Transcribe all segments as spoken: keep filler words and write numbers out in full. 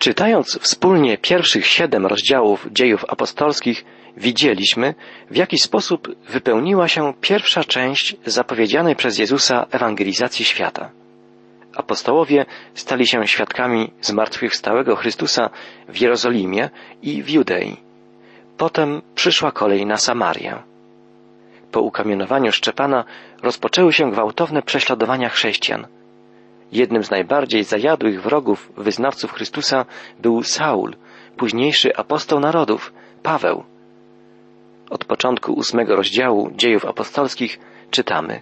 Czytając wspólnie pierwszych siedem rozdziałów Dziejów Apostolskich, widzieliśmy, w jaki sposób wypełniła się pierwsza część zapowiedzianej przez Jezusa ewangelizacji świata. Apostołowie stali się świadkami zmartwychwstałego Chrystusa w Jerozolimie i w Judei. Potem przyszła kolej na Samarię. Po ukamienowaniu Szczepana rozpoczęły się gwałtowne prześladowania chrześcijan. Jednym z najbardziej zajadłych wrogów wyznawców Chrystusa był Saul, późniejszy apostoł narodów, Paweł. Od początku ósmego rozdziału Dziejów Apostolskich czytamy: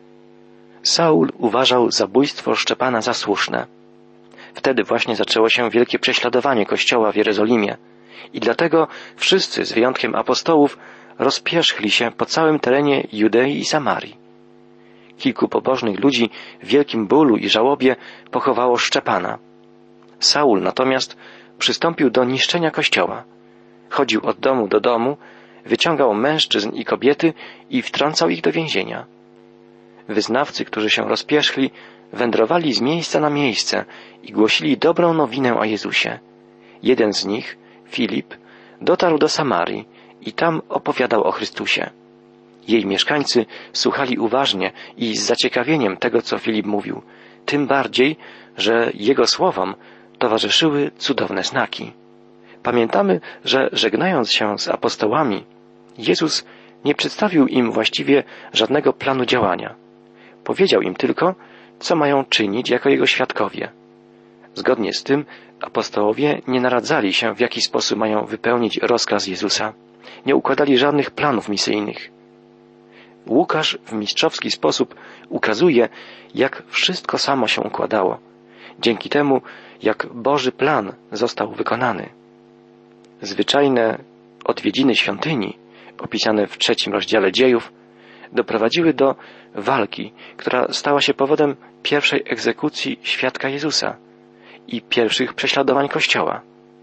Saul uważał zabójstwo Szczepana za słuszne. Wtedy właśnie zaczęło się wielkie prześladowanie Kościoła w Jerozolimie i dlatego wszyscy, z wyjątkiem apostołów, rozpierzchli się po całym terenie Judei i Samarii. Kilku pobożnych ludzi w wielkim bólu i żałobie pochowało Szczepana. Saul natomiast przystąpił do niszczenia Kościoła. Chodził od domu do domu, wyciągał mężczyzn i kobiety i wtrącał ich do więzienia. Wyznawcy, którzy się rozpierzchli, wędrowali z miejsca na miejsce i głosili dobrą nowinę o Jezusie. Jeden z nich, Filip, dotarł do Samarii i tam opowiadał o Chrystusie. Jej mieszkańcy słuchali uważnie i z zaciekawieniem tego, co Filip mówił, tym bardziej, że jego słowom towarzyszyły cudowne znaki. Pamiętamy, że żegnając się z apostołami, Jezus nie przedstawił im właściwie żadnego planu działania. Powiedział im tylko, co mają czynić jako Jego świadkowie. Zgodnie z tym apostołowie nie naradzali się, w jaki sposób mają wypełnić rozkaz Jezusa. Nie układali żadnych planów misyjnych. Łukasz w mistrzowski sposób ukazuje, jak wszystko samo się układało, dzięki temu, jak Boży plan został wykonany. Zwyczajne odwiedziny świątyni, opisane w trzecim rozdziale Dziejów, doprowadziły do walki, która stała się powodem pierwszej egzekucji świadka Jezusa i pierwszych prześladowań Kościoła.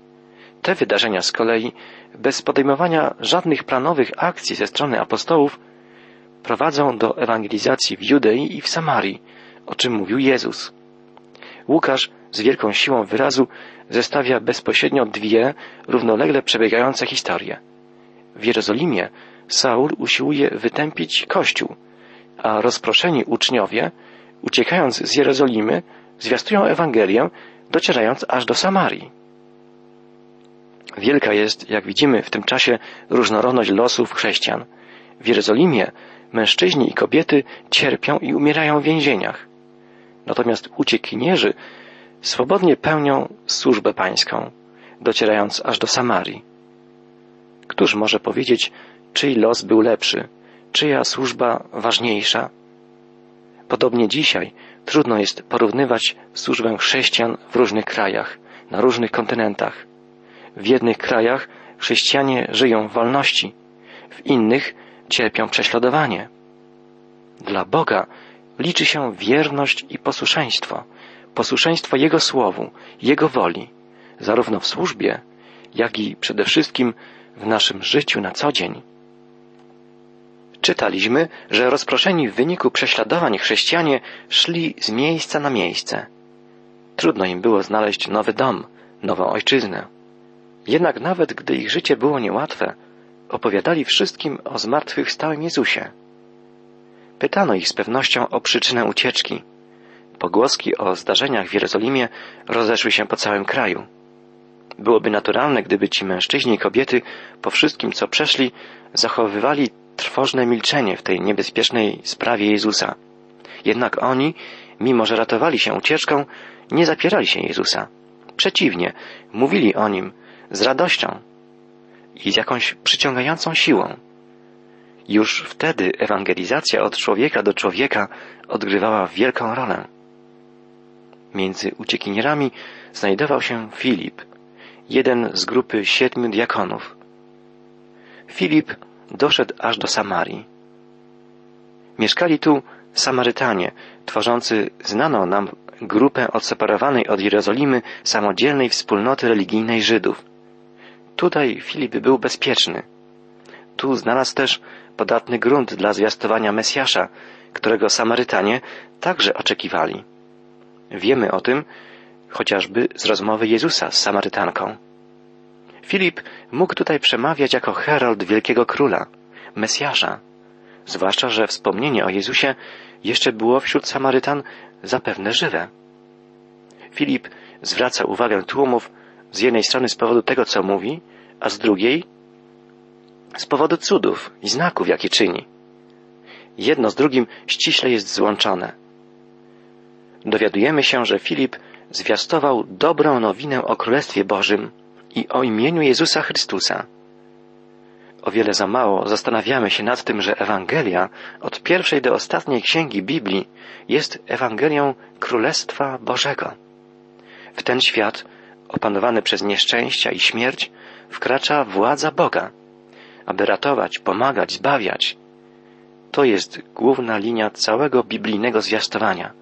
Te wydarzenia z kolei, bez podejmowania żadnych planowych akcji ze strony apostołów, prowadzą do ewangelizacji w Judei i w Samarii, o czym mówił Jezus. Łukasz z wielką siłą wyrazu zestawia bezpośrednio dwie równolegle przebiegające historie. W Jerozolimie Saul usiłuje wytępić Kościół, a rozproszeni uczniowie, uciekając z Jerozolimy, zwiastują Ewangelię, docierając aż do Samarii. Wielka jest, jak widzimy w tym czasie, różnorodność losów chrześcijan. W Jerozolimie mężczyźni i kobiety cierpią i umierają w więzieniach. Natomiast uciekinierzy swobodnie pełnią służbę pańską, docierając aż do Samarii. Któż może powiedzieć, czyj los był lepszy, czyja służba ważniejsza? Podobnie dzisiaj trudno jest porównywać służbę chrześcijan w różnych krajach, na różnych kontynentach. W jednych krajach chrześcijanie żyją w wolności, w innych cierpią prześladowanie. Dla Boga liczy się wierność i posłuszeństwo, posłuszeństwo Jego słowu, Jego woli, zarówno w służbie, jak i przede wszystkim w naszym życiu na co dzień. Czytaliśmy, że rozproszeni w wyniku prześladowań chrześcijanie szli z miejsca na miejsce. Trudno im było znaleźć nowy dom, nową ojczyznę. Jednak nawet gdy ich życie było niełatwe, opowiadali wszystkim o zmartwychwstałym Jezusie. Pytano ich z pewnością o przyczynę ucieczki. Pogłoski o zdarzeniach w Jerozolimie rozeszły się po całym kraju. Byłoby naturalne, gdyby ci mężczyźni i kobiety po wszystkim, co przeszli, zachowywali trwożne milczenie w tej niebezpiecznej sprawie Jezusa. Jednak oni, mimo że ratowali się ucieczką, nie zapierali się Jezusa. Przeciwnie, mówili o Nim z radością i z jakąś przyciągającą siłą. Już wtedy ewangelizacja od człowieka do człowieka odgrywała wielką rolę. Między uciekinierami znajdował się Filip, jeden z grupy siedmiu diakonów. Filip doszedł aż do Samarii. Mieszkali tu Samarytanie, tworzący znaną nam grupę odseparowanej od Jerozolimy samodzielnej wspólnoty religijnej Żydów. Tutaj Filip był bezpieczny. Tu znalazł też podatny grunt dla zwiastowania Mesjasza, którego Samarytanie także oczekiwali. Wiemy o tym, chociażby z rozmowy Jezusa z Samarytanką. Filip mógł tutaj przemawiać jako herold wielkiego króla, Mesjasza, zwłaszcza że wspomnienie o Jezusie jeszcze było wśród Samarytan zapewne żywe. Filip zwraca uwagę tłumów z jednej strony z powodu tego, co mówi, a z drugiej z powodu cudów i znaków, jakie czyni. Jedno z drugim ściśle jest złączone. Dowiadujemy się, że Filip zwiastował dobrą nowinę o Królestwie Bożym i o imieniu Jezusa Chrystusa. O wiele za mało zastanawiamy się nad tym, że Ewangelia od pierwszej do ostatniej księgi Biblii jest Ewangelią Królestwa Bożego. W ten świat, opanowany przez nieszczęścia i śmierć, wkracza władza Boga, aby ratować, pomagać, zbawiać. To jest główna linia całego biblijnego zwiastowania.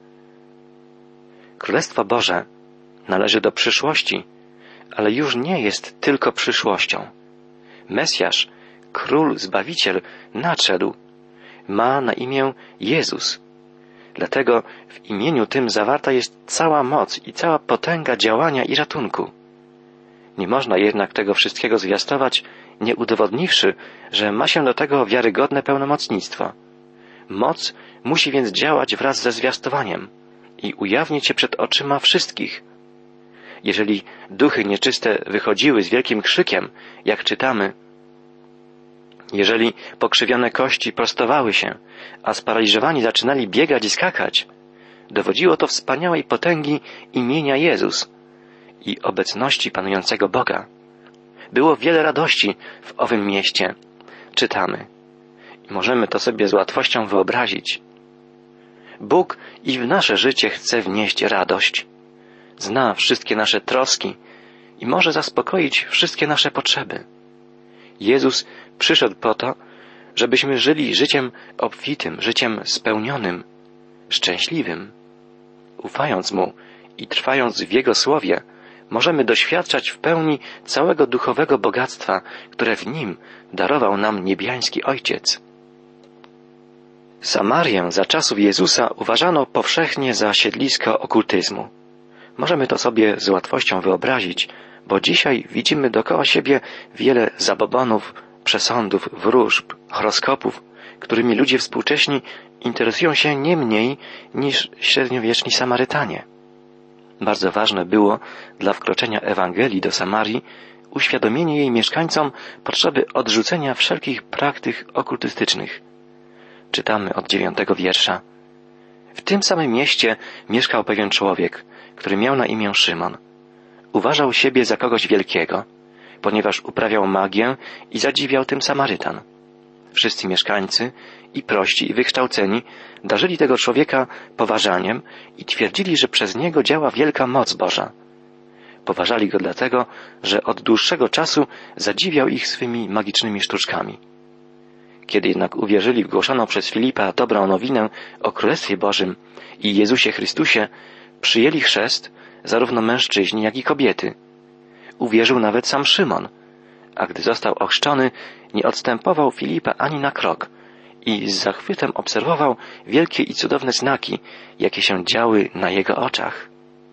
Królestwo Boże należy do przyszłości, ale już nie jest tylko przyszłością. Mesjasz, Król, Zbawiciel nadszedł. Ma na imię Jezus. Dlatego w imieniu tym zawarta jest cała moc i cała potęga działania i ratunku. Nie można jednak tego wszystkiego zwiastować, nie udowodniwszy, że ma się do tego wiarygodne pełnomocnictwo. Moc musi więc działać wraz ze zwiastowaniem i ujawnić się przed oczyma wszystkich. Jeżeli duchy nieczyste wychodziły z wielkim krzykiem, jak czytamy, jeżeli pokrzywione kości prostowały się, a sparaliżowani zaczynali biegać i skakać, dowodziło to wspaniałej potęgi imienia Jezus i obecności panującego Boga. Było wiele radości w owym mieście, czytamy. I możemy to sobie z łatwością wyobrazić. Bóg i w nasze życie chce wnieść radość. Zna wszystkie nasze troski i może zaspokoić wszystkie nasze potrzeby. Jezus przyszedł po to, żebyśmy żyli życiem obfitym, życiem spełnionym, szczęśliwym. Ufając Mu i trwając w Jego słowie, możemy doświadczać w pełni całego duchowego bogactwa, które w Nim darował nam niebiański Ojciec. Samarię za czasów Jezusa uważano powszechnie za siedlisko okultyzmu. Możemy to sobie z łatwością wyobrazić, bo dzisiaj widzimy dookoła siebie wiele zabobonów, przesądów, wróżb, horoskopów, którymi ludzie współcześni interesują się nie mniej niż średniowieczni Samarytanie. Bardzo ważne było dla wkroczenia Ewangelii do Samarii uświadomienie jej mieszkańcom potrzeby odrzucenia wszelkich praktyk okultystycznych. Czytamy od dziewiątego wiersza. W tym samym mieście mieszkał pewien człowiek, który miał na imię Szymon. Uważał siebie za kogoś wielkiego, ponieważ uprawiał magię i zadziwiał tym Samarytan. Wszyscy mieszkańcy, i prości, i wykształceni, darzyli tego człowieka poważaniem i twierdzili, że przez niego działa wielka moc Boża. Poważali go dlatego, że od dłuższego czasu zadziwiał ich swymi magicznymi sztuczkami. Kiedy jednak uwierzyli w głoszoną przez Filipa dobrą nowinę o Królestwie Bożym i Jezusie Chrystusie, przyjęli chrzest zarówno mężczyźni, jak i kobiety. Uwierzył nawet sam Szymon, a gdy został ochrzczony, nie odstępował Filipa ani na krok i z zachwytem obserwował wielkie i cudowne znaki, jakie się działy na jego oczach.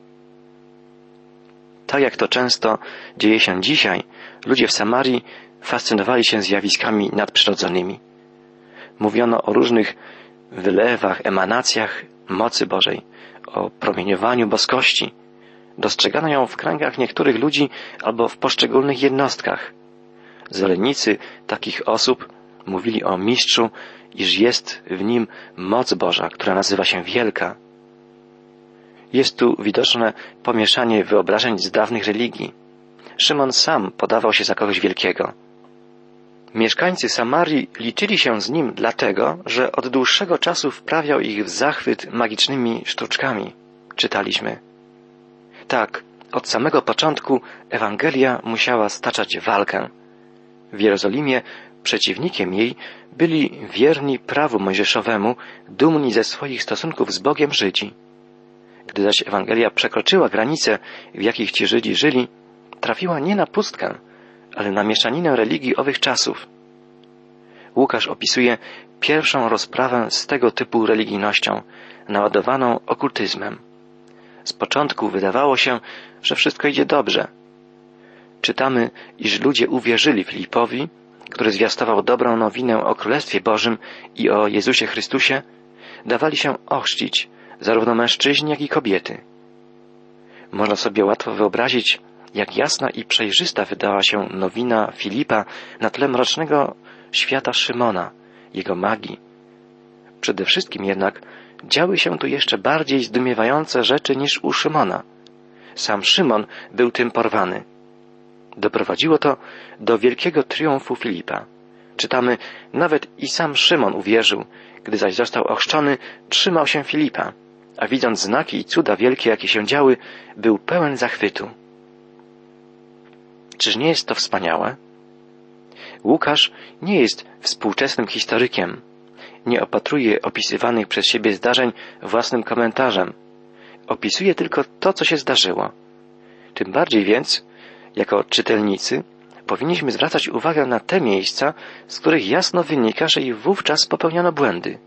Tak jak to często dzieje się dzisiaj, ludzie w Samarii fascynowali się zjawiskami nadprzyrodzonymi. Mówiono o różnych wylewach, emanacjach mocy Bożej, o promieniowaniu boskości. Dostrzegano ją w kręgach niektórych ludzi albo w poszczególnych jednostkach. Zwolennicy takich osób mówili o mistrzu, iż jest w nim moc Boża, która nazywa się wielka. Jest tu widoczne pomieszanie wyobrażeń z dawnych religii. Szymon sam podawał się za kogoś wielkiego. Mieszkańcy Samarii liczyli się z nim dlatego, że od dłuższego czasu wprawiał ich w zachwyt magicznymi sztuczkami. Czytaliśmy. Tak, od samego początku Ewangelia musiała staczać walkę. W Jerozolimie przeciwnikiem jej byli wierni prawu mojżeszowemu, dumni ze swoich stosunków z Bogiem Żydzi. Gdy zaś Ewangelia przekroczyła granice, w jakich ci Żydzi żyli, trafiła nie na pustkę, ale na mieszaninę religii owych czasów. Łukasz opisuje pierwszą rozprawę z tego typu religijnością, naładowaną okultyzmem. Z początku wydawało się, że wszystko idzie dobrze. Czytamy, iż ludzie uwierzyli Filipowi, który zwiastował dobrą nowinę o Królestwie Bożym i o Jezusie Chrystusie, dawali się ochrzcić, zarówno mężczyźni, jak i kobiety. Można sobie łatwo wyobrazić, jak jasna i przejrzysta wydała się nowina Filipa na tle mrocznego świata Szymona, jego magii. Przede wszystkim jednak działy się tu jeszcze bardziej zdumiewające rzeczy niż u Szymona. Sam Szymon był tym porwany. Doprowadziło to do wielkiego triumfu Filipa. Czytamy, nawet i sam Szymon uwierzył, gdy zaś został ochrzczony, trzymał się Filipa, a widząc znaki i cuda wielkie, jakie się działy, był pełen zachwytu. Czyż nie jest to wspaniałe? Łukasz nie jest współczesnym historykiem. Nie opatruje opisywanych przez siebie zdarzeń własnym komentarzem. Opisuje tylko to, co się zdarzyło. Tym bardziej więc, jako czytelnicy, powinniśmy zwracać uwagę na te miejsca, z których jasno wynika, że i wówczas popełniano błędy.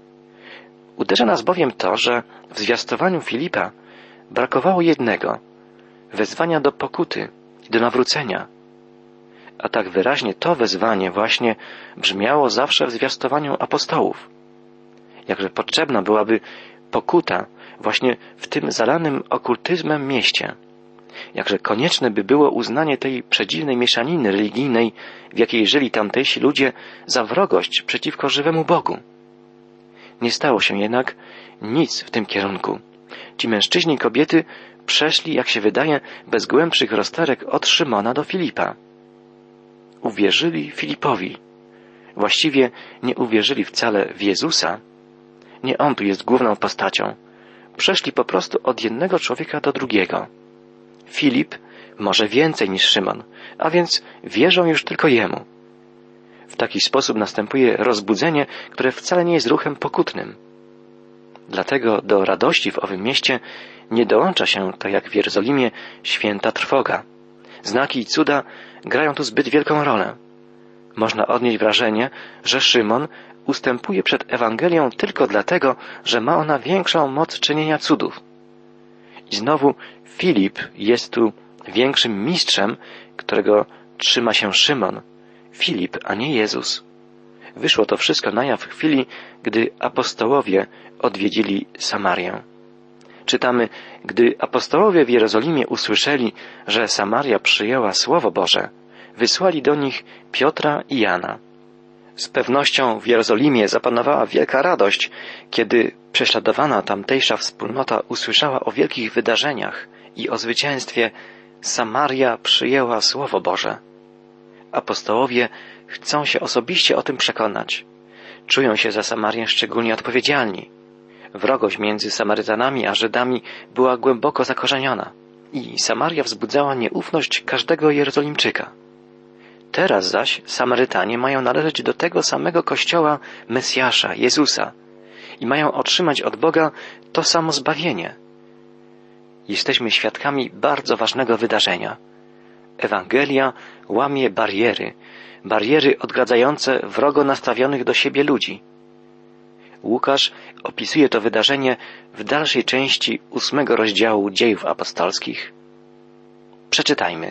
Uderza nas bowiem to, że w zwiastowaniu Filipa brakowało jednego — wezwania do pokuty i do nawrócenia. A tak wyraźnie to wezwanie właśnie brzmiało zawsze w zwiastowaniu apostołów. Jakże potrzebna byłaby pokuta właśnie w tym zalanym okultyzmem mieście. Jakże konieczne by było uznanie tej przedziwnej mieszaniny religijnej, w jakiej żyli tamtejsi ludzie, za wrogość przeciwko żywemu Bogu. Nie stało się jednak nic w tym kierunku. Ci mężczyźni i kobiety przeszli, jak się wydaje, bez głębszych rozterek od Szymona do Filipa. Uwierzyli Filipowi. Właściwie nie uwierzyli wcale w Jezusa. Nie On tu jest główną postacią. Przeszli po prostu od jednego człowieka do drugiego. Filip może więcej niż Szymon, a więc wierzą już tylko jemu. W taki sposób następuje rozbudzenie, które wcale nie jest ruchem pokutnym. Dlatego do radości w owym mieście nie dołącza się, tak jak w Jerozolimie, święta trwoga. Znaki i cuda grają tu zbyt wielką rolę. Można odnieść wrażenie, że Szymon ustępuje przed Ewangelią tylko dlatego, że ma ona większą moc czynienia cudów. I znowu Filip jest tu większym mistrzem, którego trzyma się Szymon. Filip, a nie Jezus. Wyszło to wszystko na jaw w chwili, gdy apostołowie odwiedzili Samarię. Czytamy, gdy apostołowie w Jerozolimie usłyszeli, że Samaria przyjęła Słowo Boże, wysłali do nich Piotra i Jana. Z pewnością w Jerozolimie zapanowała wielka radość, kiedy prześladowana tamtejsza wspólnota usłyszała o wielkich wydarzeniach i o zwycięstwie. Samaria przyjęła Słowo Boże. Apostołowie chcą się osobiście o tym przekonać. Czują się za Samarię szczególnie odpowiedzialni. Wrogość między Samarytanami a Żydami była głęboko zakorzeniona i Samaria wzbudzała nieufność każdego Jerozolimczyka. Teraz zaś Samarytanie mają należeć do tego samego Kościoła Mesjasza, Jezusa i mają otrzymać od Boga to samo zbawienie. Jesteśmy świadkami bardzo ważnego wydarzenia. Ewangelia łamie bariery, bariery odgradzające wrogo nastawionych do siebie ludzi. Łukasz opisuje to wydarzenie w dalszej części ósmego rozdziału Dziejów Apostolskich. Przeczytajmy.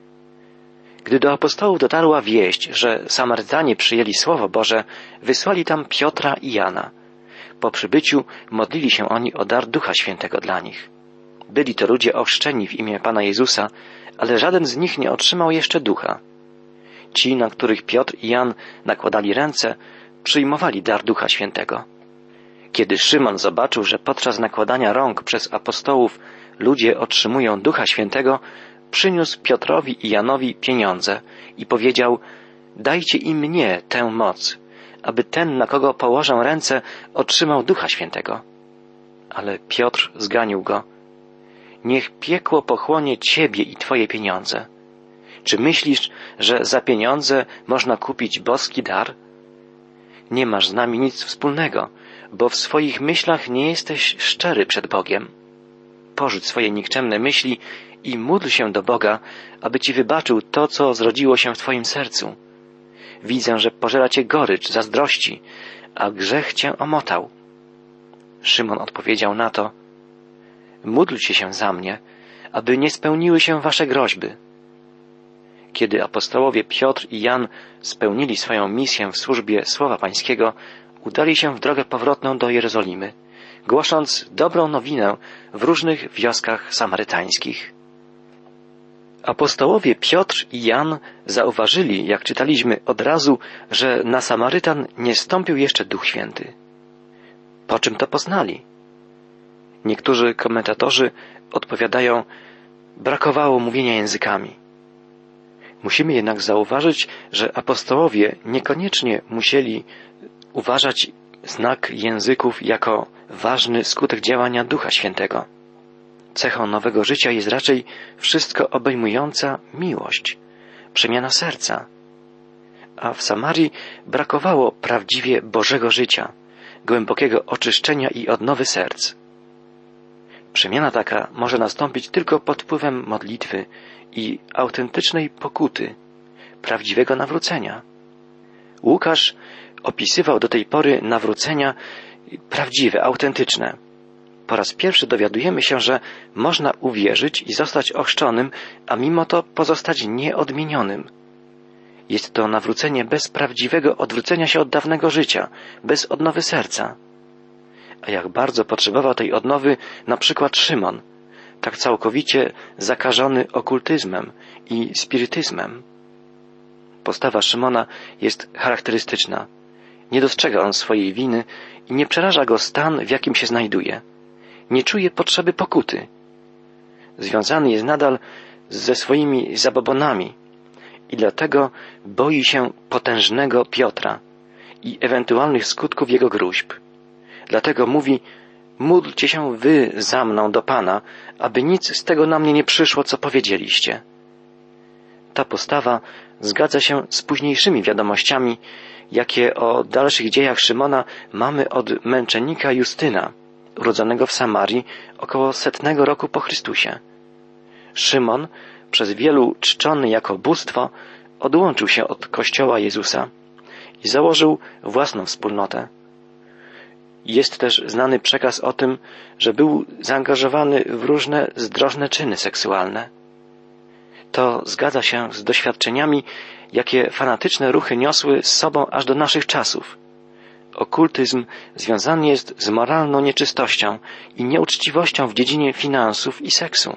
Gdy do apostołów dotarła wieść, że Samarytanie przyjęli Słowo Boże, wysłali tam Piotra i Jana. Po przybyciu modlili się oni o dar Ducha Świętego dla nich. Byli to ludzie ochrzczeni w imię Pana Jezusa, ale żaden z nich nie otrzymał jeszcze Ducha. Ci, na których Piotr i Jan nakładali ręce, przyjmowali dar Ducha Świętego. Kiedy Szymon zobaczył, że podczas nakładania rąk przez apostołów ludzie otrzymują Ducha Świętego, przyniósł Piotrowi i Janowi pieniądze i powiedział: dajcie i mnie tę moc, aby ten, na kogo położę ręce, otrzymał Ducha Świętego. Ale Piotr zganił go: niech piekło pochłonie ciebie i twoje pieniądze. Czy myślisz, że za pieniądze można kupić boski dar? Nie masz z nami nic wspólnego, bo w swoich myślach nie jesteś szczery przed Bogiem. Porzuć swoje nikczemne myśli i módl się do Boga, aby ci wybaczył to, co zrodziło się w twoim sercu. Widzę, że pożera cię gorycz zazdrości, a grzech cię omotał. Szymon odpowiedział na to: módlcie się za mnie, aby nie spełniły się wasze groźby. Kiedy apostołowie Piotr i Jan spełnili swoją misję w służbie Słowa Pańskiego, udali się w drogę powrotną do Jerozolimy, głosząc dobrą nowinę w różnych wioskach samarytańskich. Apostołowie Piotr i Jan zauważyli, jak czytaliśmy od razu, że na Samarytan nie stąpił jeszcze Duch Święty. Po czym to poznali? Niektórzy komentatorzy odpowiadają, brakowało mówienia językami. Musimy jednak zauważyć, że apostołowie niekoniecznie musieli uważać znak języków jako ważny skutek działania Ducha Świętego. Cechą nowego życia jest raczej wszystko obejmująca miłość, przemiana serca. A w Samarii brakowało prawdziwie Bożego życia, głębokiego oczyszczenia i odnowy serc. Przemiana taka może nastąpić tylko pod wpływem modlitwy i autentycznej pokuty, prawdziwego nawrócenia. Łukasz opisywał do tej pory nawrócenia prawdziwe, autentyczne. Po raz pierwszy dowiadujemy się, że można uwierzyć i zostać ochrzczonym, a mimo to pozostać nieodmienionym. Jest to nawrócenie bez prawdziwego odwrócenia się od dawnego życia, bez odnowy serca. A jak bardzo potrzebował tej odnowy na przykład Szymon, tak całkowicie zakażony okultyzmem i spirytyzmem. Postawa Szymona jest charakterystyczna. Nie dostrzega on swojej winy i nie przeraża go stan, w jakim się znajduje. Nie czuje potrzeby pokuty. Związany jest nadal ze swoimi zabobonami i dlatego boi się potężnego Piotra i ewentualnych skutków jego gróźb. Dlatego mówi, módlcie się wy za mną do Pana, aby nic z tego na mnie nie przyszło, co powiedzieliście. Ta postawa zgadza się z późniejszymi wiadomościami, jakie o dalszych dziejach Szymona mamy od męczennika Justyna, urodzonego w Samarii około setnego roku po Chrystusie. Szymon, przez wielu czczony jako bóstwo, odłączył się od Kościoła Jezusa i założył własną wspólnotę. Jest też znany przekaz o tym, że był zaangażowany w różne zdrożne czyny seksualne. To zgadza się z doświadczeniami, jakie fanatyczne ruchy niosły z sobą aż do naszych czasów. Okultyzm związany jest z moralną nieczystością i nieuczciwością w dziedzinie finansów i seksu.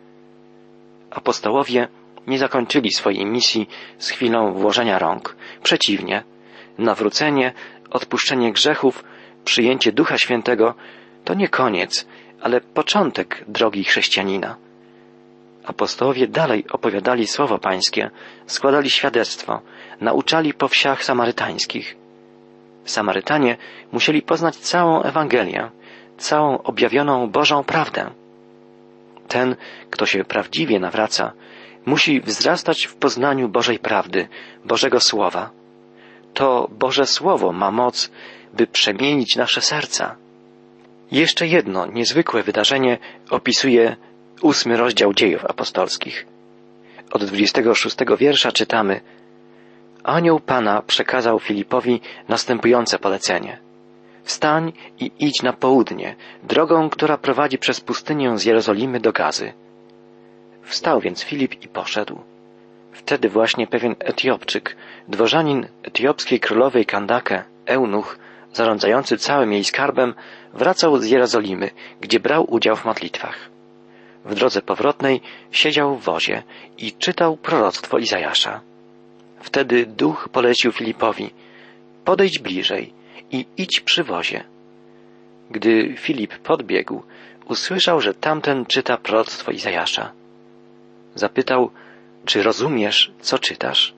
Apostołowie nie zakończyli swojej misji z chwilą włożenia rąk. Przeciwnie, nawrócenie, odpuszczenie grzechów, przyjęcie Ducha Świętego to nie koniec, ale początek drogi chrześcijanina. Apostołowie dalej opowiadali Słowo Pańskie, składali świadectwo, nauczali po wsiach samarytańskich. Samarytanie musieli poznać całą Ewangelię, całą objawioną Bożą prawdę. Ten, kto się prawdziwie nawraca, musi wzrastać w poznaniu Bożej prawdy, Bożego Słowa. To Boże Słowo ma moc, by przemienić nasze serca. Jeszcze jedno niezwykłe wydarzenie opisuje ósmy rozdział Dziejów Apostolskich. Od dwudziestego szóstego wiersza czytamy: Anioł Pana przekazał Filipowi następujące polecenie. Wstań i idź na południe, drogą, która prowadzi przez pustynię z Jerozolimy do Gazy. Wstał więc Filip i poszedł. Wtedy właśnie pewien Etiopczyk, dworzanin etiopskiej królowej Kandake, eunuch, zarządzający całym jej skarbem, wracał z Jerozolimy, gdzie brał udział w modlitwach. W drodze powrotnej siedział w wozie i czytał proroctwo Izajasza. Wtedy duch polecił Filipowi: podejdź bliżej i idź przy wozie. Gdy Filip podbiegł, usłyszał, że tamten czyta proroctwo Izajasza. Zapytał: czy rozumiesz, co czytasz?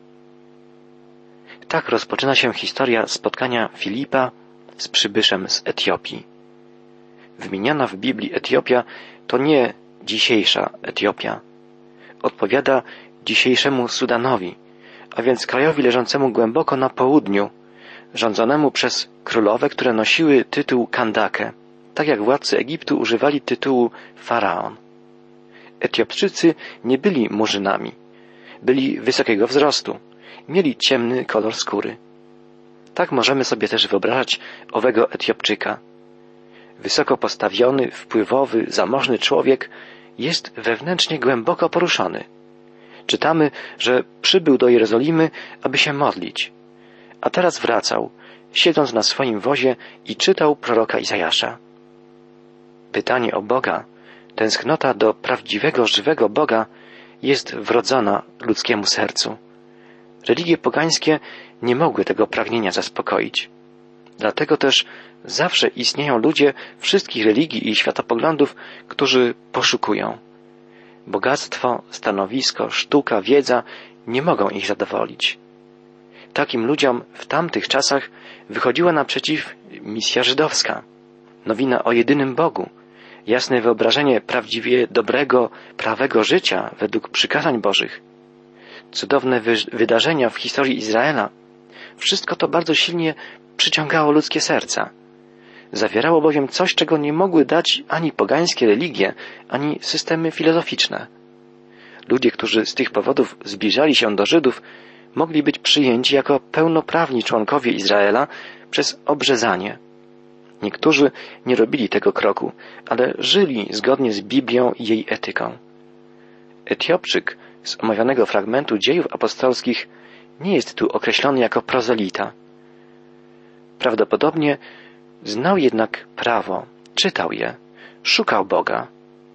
Tak rozpoczyna się historia spotkania Filipa z przybyszem z Etiopii. Wymieniana w Biblii Etiopia to nie dzisiejsza Etiopia. Odpowiada dzisiejszemu Sudanowi, a więc krajowi leżącemu głęboko na południu, rządzonemu przez królowe, które nosiły tytuł Kandake, tak jak władcy Egiptu używali tytułu Faraon. Etiopczycy nie byli murzynami. Byli wysokiego wzrostu. Mieli ciemny kolor skóry. Tak możemy sobie też wyobrażać owego Etiopczyka. wysoko postawiony, wpływowy, zamożny człowiek jest wewnętrznie głęboko poruszony. Czytamy, że przybył do Jerozolimy, aby się modlić, a teraz wracał, siedząc na swoim wozie i czytał proroka Izajasza. Pytanie o Boga, tęsknota do prawdziwego, żywego Boga jest wrodzona ludzkiemu sercu. Religie pogańskie nie mogły tego pragnienia zaspokoić. Dlatego też zawsze istnieją ludzie wszystkich religii i światopoglądów, którzy poszukują. Bogactwo, stanowisko, sztuka, wiedza nie mogą ich zadowolić. Takim ludziom w tamtych czasach wychodziła naprzeciw misja żydowska, nowina o jedynym Bogu, jasne wyobrażenie prawdziwie dobrego, prawego życia według przykazań Bożych, cudowne wy- wydarzenia w historii Izraela. Wszystko to bardzo silnie przyciągało ludzkie serca. Zawierało bowiem coś, czego nie mogły dać ani pogańskie religie, ani systemy filozoficzne. Ludzie, którzy z tych powodów zbliżali się do Żydów, mogli być przyjęci jako pełnoprawni członkowie Izraela przez obrzezanie. Niektórzy nie robili tego kroku, ale żyli zgodnie z Biblią i jej etyką. Etiopczyk z omawianego fragmentu Dziejów Apostolskich nie jest tu określony jako prozelita. Prawdopodobnie znał jednak prawo, czytał je, szukał Boga.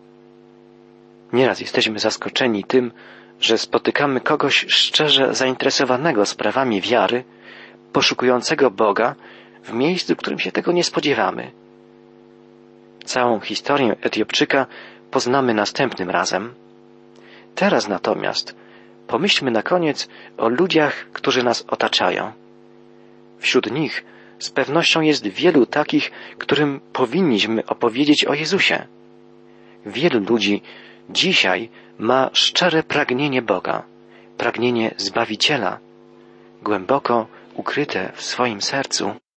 Nieraz jesteśmy zaskoczeni tym, że spotykamy kogoś szczerze zainteresowanego sprawami wiary, poszukującego Boga w miejscu, w którym się tego nie spodziewamy. Całą historię Etiopczyka poznamy następnym razem. Teraz natomiast pomyślmy na koniec o ludziach, którzy nas otaczają. Wśród nich z pewnością jest wielu takich, którym powinniśmy opowiedzieć o Jezusie. Wielu ludzi dzisiaj ma szczere pragnienie Boga, pragnienie Zbawiciela, głęboko ukryte w swoim sercu.